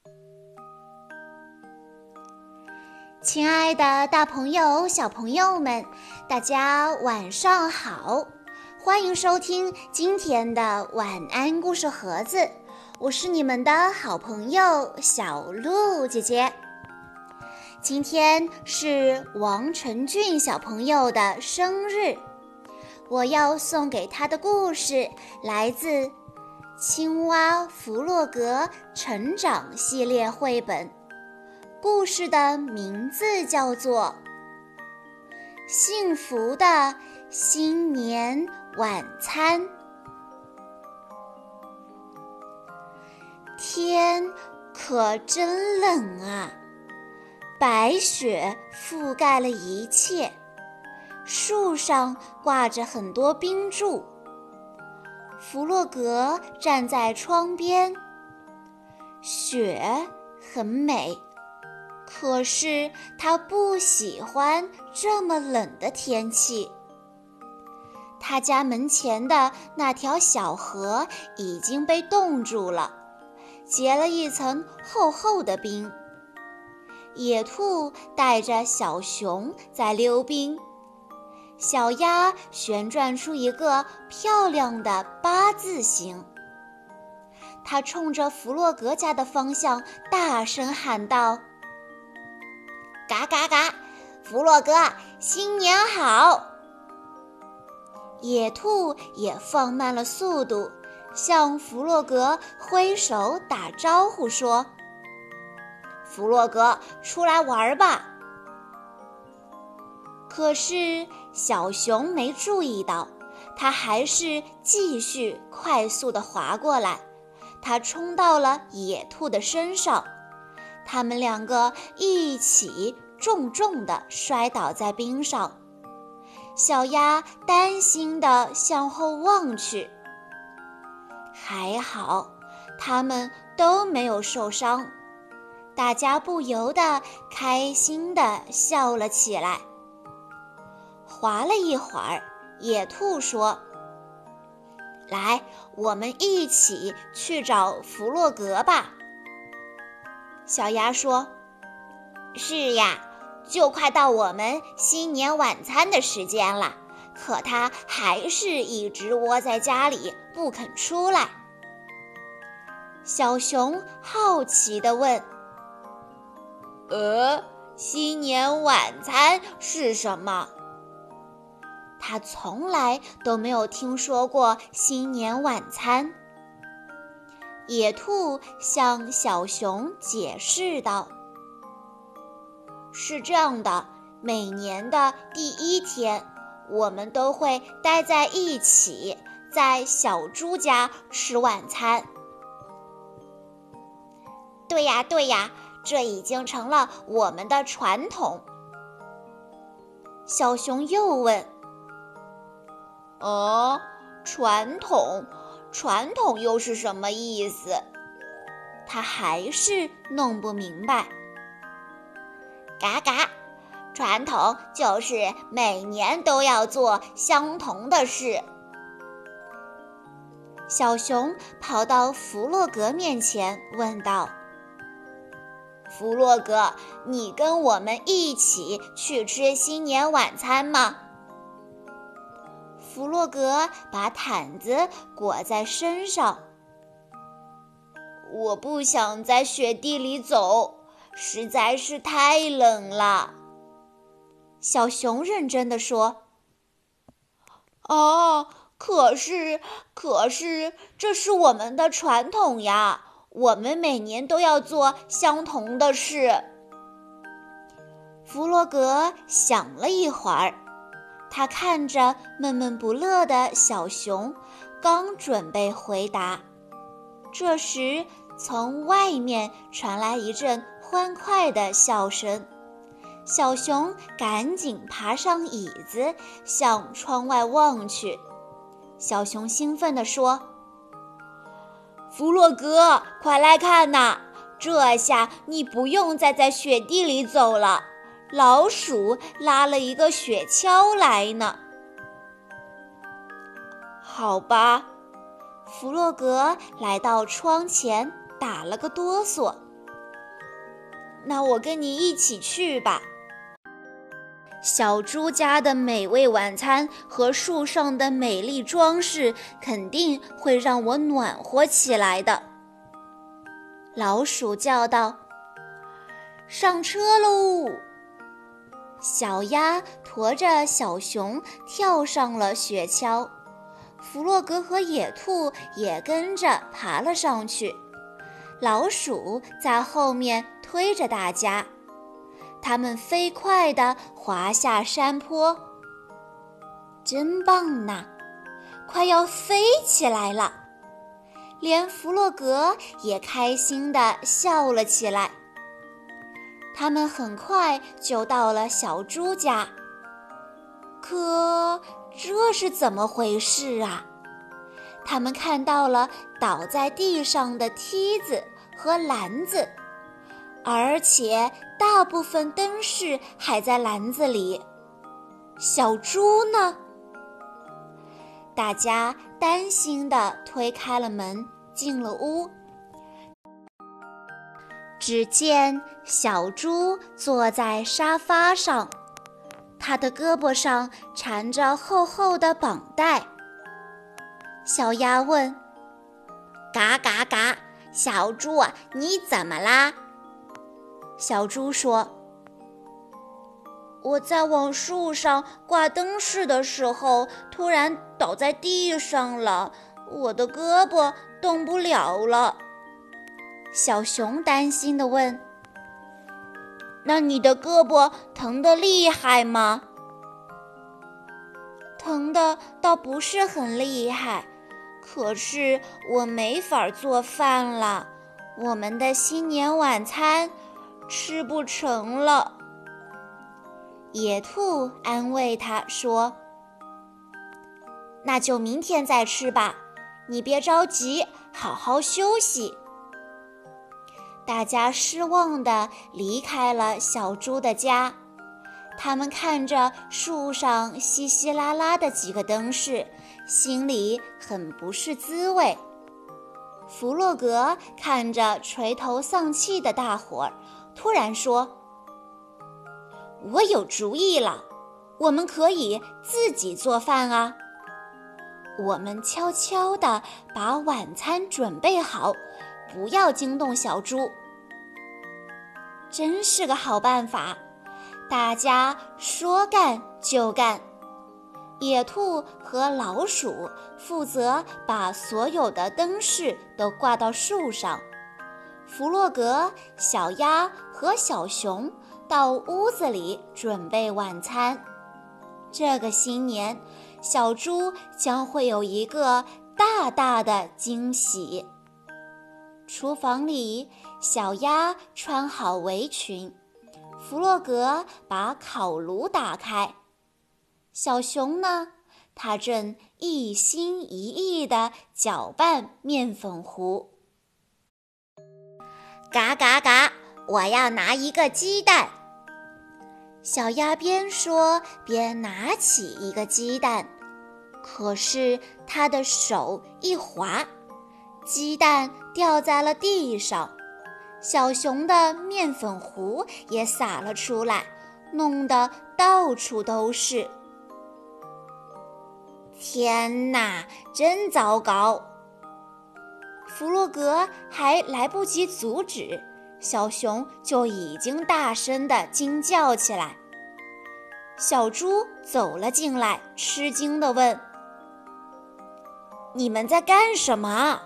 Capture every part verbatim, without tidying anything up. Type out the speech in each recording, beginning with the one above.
亲爱的大朋友、小朋友们，大家晚上好！欢迎收听今天的晚安故事盒子，我是你们的好朋友小鹿姐姐。今天是王晨俊小朋友的生日，我要送给他的故事来自《青蛙弗洛格成长系列绘本》。故事的名字叫做《幸福的新年晚餐》。天可真冷啊，白雪覆盖了一切，树上挂着很多冰柱。弗洛格站在窗边，雪很美，可是他不喜欢这么冷的天气。他家门前的那条小河已经被冻住了，结了一层厚厚的冰。野兔带着小熊在溜冰，小鸭旋转出一个漂亮的八字形。他冲着弗洛格家的方向大声喊道：嘎嘎嘎，弗洛格，新年好！野兔也放慢了速度，向弗洛格挥手打招呼说：弗洛格，出来玩吧！可是小熊没注意到，它还是继续快速地滑过来，它冲到了野兔的身上。他们两个一起重重地摔倒在冰上，小鸭担心地向后望去。还好，他们都没有受伤，大家不由得开心地笑了起来。滑了一会儿，野兔说：来，我们一起去找弗洛格吧。小鸭说：是呀，就快到我们新年晚餐的时间了，可他还是一直窝在家里不肯出来。小熊好奇地问：呃，新年晚餐是什么？他从来都没有听说过新年晚餐。野兔向小熊解释道：是这样的，每年的第一天，我们都会待在一起，在小猪家吃晚餐。对呀，对呀，这已经成了我们的传统。小熊又问：哦，传统？传统又是什么意思？他还是弄不明白。嘎嘎，传统就是每年都要做相同的事。小熊跑到弗洛格面前问道：弗洛格，你跟我们一起去吃新年晚餐吗？弗洛格把毯子裹在身上。我不想在雪地里走，实在是太冷了。小熊认真地说：哦，可是，可是，这是我们的传统呀，我们每年都要做相同的事。弗洛格想了一会儿，他看着闷闷不乐的小熊，刚准备回答，这时从外面传来一阵欢快的笑声。小熊赶紧爬上椅子，向窗外望去。小熊兴奋地说：弗洛格，快来看呐，这下你不用再在雪地里走了，老鼠拉了一个雪橇来呢。好吧，弗洛格来到窗前，打了个哆嗦。 那我跟你一起去吧。小猪家的美味晚餐和树上的美丽装饰肯定会让我暖和起来的。老鼠叫道：上车喽！小鸭驮着小熊跳上了雪橇，弗洛格和野兔也跟着爬了上去，老鼠在后面推着大家。他们飞快地滑下山坡，真棒呐，快要飞起来了。连弗洛格也开心地笑了起来。他们很快就到了小猪家，可这是怎么回事啊？他们看到了倒在地上的梯子和篮子，而且大部分灯饰还在篮子里。小猪呢？大家担心地推开了门，进了屋。只见小猪坐在沙发上，他的胳膊上缠着厚厚的绑带。小鸭问：嘎嘎嘎，小猪，你怎么啦？小猪说：我在往树上挂灯饰的时候，突然倒在地上了，我的胳膊动不了了。小熊担心地问：那你的胳膊疼得厉害吗？疼的倒不是很厉害，可是我没法做饭了，我们的新年晚餐吃不成了。野兔安慰他说：那就明天再吃吧，你别着急，好好休息。大家失望地离开了小猪的家，他们看着树上稀稀拉拉的几个灯饰，心里很不是滋味。弗洛格看着垂头丧气的大伙儿，突然说：我有主意了，我们可以自己做饭啊。我们悄悄地把晚餐准备好，不要惊动小猪。真是个好办法，大家说干就干。野兔和老鼠负责把所有的灯饰都挂到树上，弗洛格、小鸭和小熊到屋子里准备晚餐。这个新年，小猪将会有一个大大的惊喜。厨房里，小鸭穿好围裙，弗洛格把烤炉打开。小熊呢，他正一心一意地搅拌面粉糊。嘎嘎嘎，我要拿一个鸡蛋。小鸭边说边拿起一个鸡蛋，可是他的手一滑，鸡蛋掉在了地上，小熊的面粉糊也洒了出来，弄得到处都是。天哪，真糟糕！弗洛格还来不及阻止，小熊就已经大声地惊叫起来。小猪走了进来，吃惊地问：你们在干什么？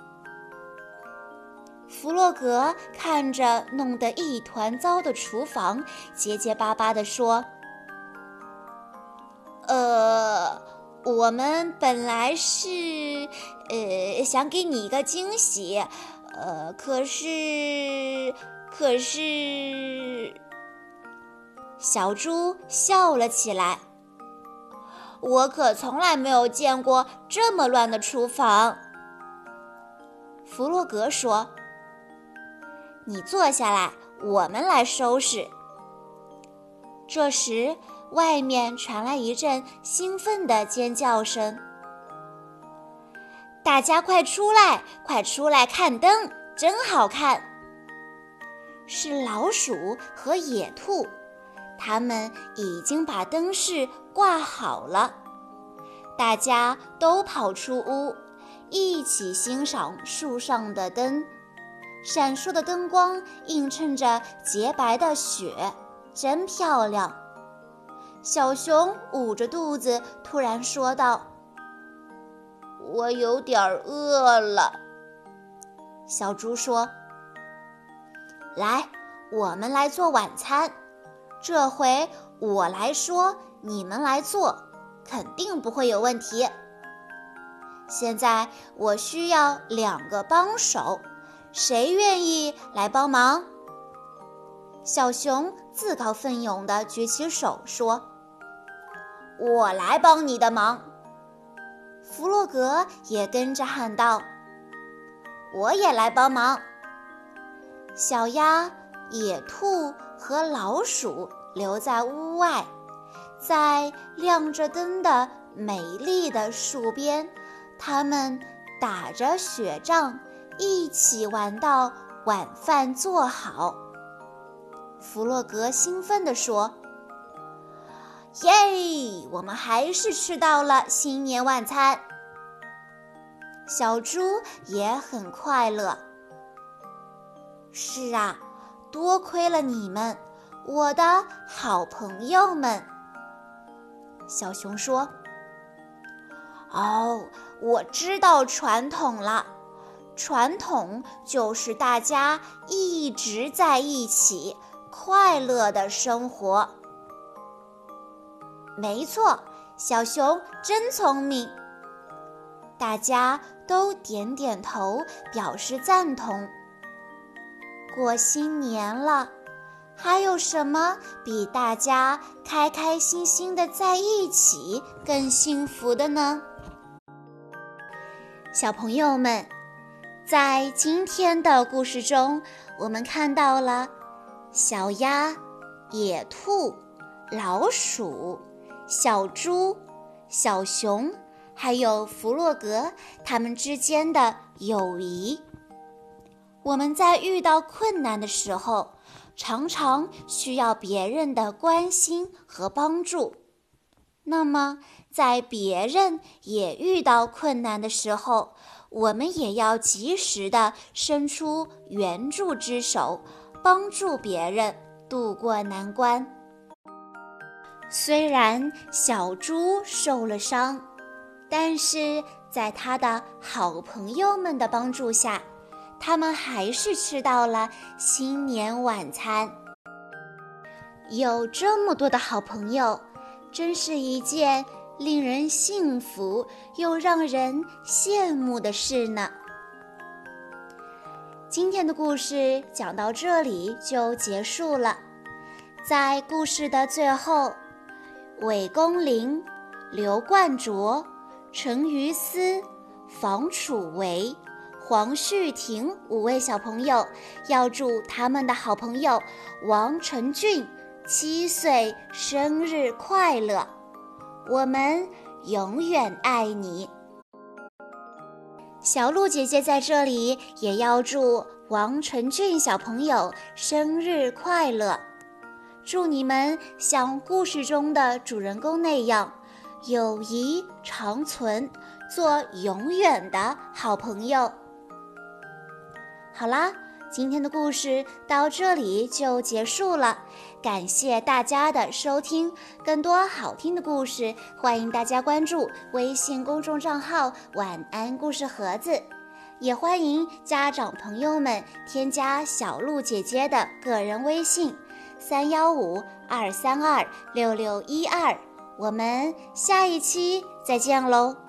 弗洛格看着弄得一团糟的厨房，结结巴巴地说：呃我们本来是呃想给你一个惊喜，呃可是可是小猪笑了起来。我可从来没有见过这么乱的厨房。弗洛格说：你坐下来，我们来收拾。这时外面传来一阵兴奋的尖叫声。大家快出来，快出来看灯，真好看！ 是老鼠和野兔，它们已经把灯饰挂好了。大家都跑出屋，一起欣赏树上的灯。闪烁的灯光映衬着洁白的雪，真漂亮。小熊捂着肚子，突然说道：“我有点饿了。”小猪说：“来，我们来做晚餐。这回我来说，你们来做，肯定不会有问题。现在我需要两个帮手，谁愿意来帮忙？”小熊自告奋勇地举起手说：“我来帮你的忙。”弗洛格也跟着喊道：“我也来帮忙。”小鸭、野兔和老鼠留在屋外，在亮着灯的美丽的树边，他们打着雪仗，一起玩到晚饭做好。弗洛格兴奋地说：“耶！我们还是吃到了新年晚餐。”小猪也很快乐。是啊，多亏了你们，我的好朋友们。小熊说：“哦，我知道传统了。传统就是大家一直在一起，快乐的生活。”没错，小熊真聪明。大家都点点头，表示赞同。过新年了，还有什么比大家开开心心的在一起更幸福的呢？小朋友们，在今天的故事中，我们看到了小鸭、野兔、老鼠、小猪、小熊还有弗洛格他们之间的友谊。我们在遇到困难的时候，常常需要别人的关心和帮助。那么，在别人也遇到困难的时候，我们也要及时地伸出援助之手，帮助别人渡过难关。虽然小猪受了伤，但是在他的好朋友们的帮助下，他们还是吃到了新年晚餐。有这么多的好朋友，真是一件令人幸福又让人羡慕的事呢。今天的故事讲到这里就结束了。在故事的最后，韦公林、刘冠卓、陈于思、房楚维、黄旭婷五位小朋友要祝他们的好朋友王成俊七岁生日快乐，我们永远爱你。小鹿姐姐在这里也要祝王成俊小朋友生日快乐，祝你们像故事中的主人公那样友谊长存，做永远的好朋友。好啦，今天的故事到这里就结束了，感谢大家的收听。更多好听的故事，欢迎大家关注微信公众账号晚安故事盒子，也欢迎家长朋友们添加小鹿姐姐的个人微信三一五二三二六六一二，我们下一期再见喽。